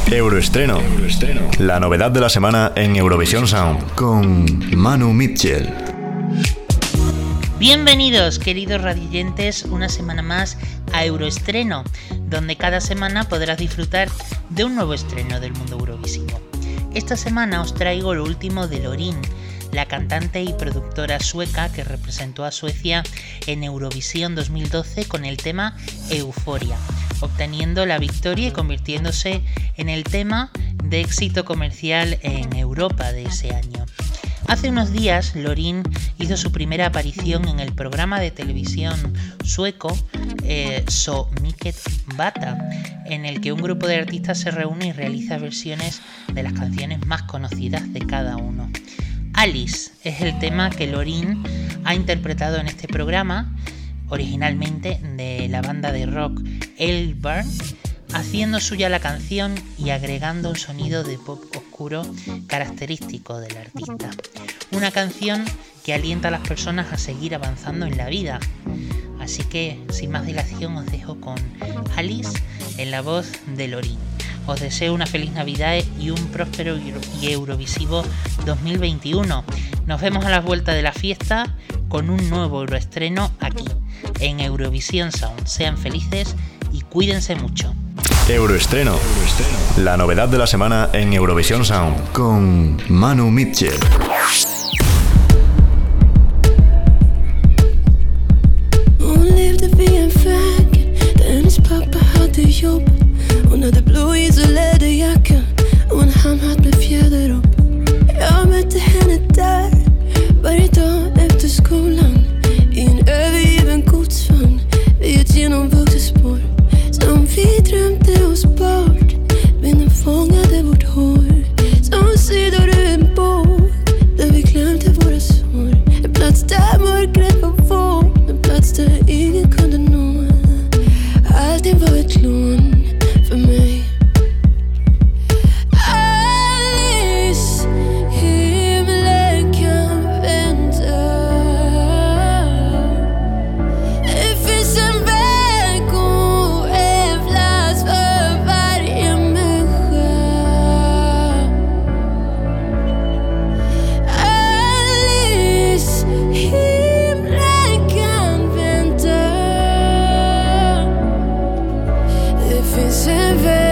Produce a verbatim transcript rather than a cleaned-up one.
Euroestreno. Euroestreno. La novedad de la semana en Eurovisión Sound con Manu Mitchell. Bienvenidos, queridos radioyentes, una semana más a Euroestreno, donde cada semana podrás disfrutar de un nuevo estreno del mundo eurovisivo. Esta semana os traigo lo último de Loreen, la cantante y productora sueca que representó a Suecia en Eurovisión dos mil doce con el tema Euforia, obteniendo la victoria y convirtiéndose en el tema de éxito comercial en Europa de ese año. Hace unos días, Loreen hizo su primera aparición en el programa de televisión sueco eh, So Mycket Bättre, en el que un grupo de artistas se reúne y realiza versiones de las canciones más conocidas de cada uno. Alice es el tema que Loreen ha interpretado en este programa, originalmente de la banda de rock Elvbar, haciendo suya la canción y agregando un sonido de pop oscuro característico del artista. Una canción que alienta a las personas a seguir avanzando en la vida. Así que, sin más dilación, os dejo con Alice en la voz de Loreen. Os deseo una feliz Navidad y un próspero y eurovisivo dos mil veintiuno. Nos vemos a la vuelta de la fiesta con un nuevo euroestreno aquí, en Eurovisión Sound. Sean felices y cuídense mucho. Euroestreno. Euroestreno. La novedad de la semana en Eurovisión Sound con Manu Mitchell. Hon hade blå jeans och läderjacka och en handhatt med fjäder upp. Jag mötte henne där varje dag efter skolan i en övergiven godsvagn vid ett genomvuxet spår som vi drömde oss bort. Vinden fångade vårt hår som sidor ur en bok där vi glömde våra sår. En plats där mörkret var våg, en plats där ingen kunde nå. Allting var ett lån för mig. Alice, himlen kan vänta. Det finns en väg och en plats för varje människa. Alice, himlen kan vänta. Det finns en väg.